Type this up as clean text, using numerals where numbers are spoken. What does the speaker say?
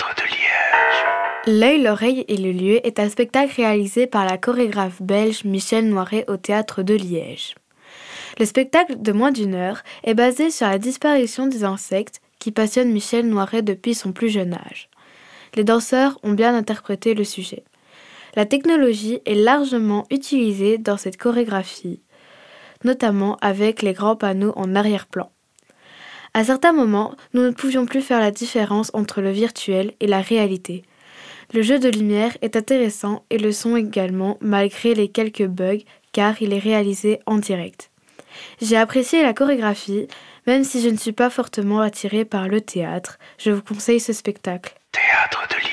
Théâtre de Liège. L'œil, l'oreille et le lieu est un spectacle réalisé par la chorégraphe belge Michel Noiret au Théâtre de Liège. Le spectacle de moins d'une heure est basé sur la disparition des insectes qui passionne Michel Noiret depuis son plus jeune âge. Les danseurs ont bien interprété le sujet. La technologie est largement utilisée dans cette chorégraphie, notamment avec les grands panneaux en arrière-plan. À certains moments, nous ne pouvions plus faire la différence entre le virtuel et la réalité. Le jeu de lumière est intéressant et le son également, malgré les quelques bugs, car il est réalisé en direct. J'ai apprécié la chorégraphie, même si je ne suis pas fortement attirée par le théâtre. Je vous conseille ce spectacle. Théâtre de Liège.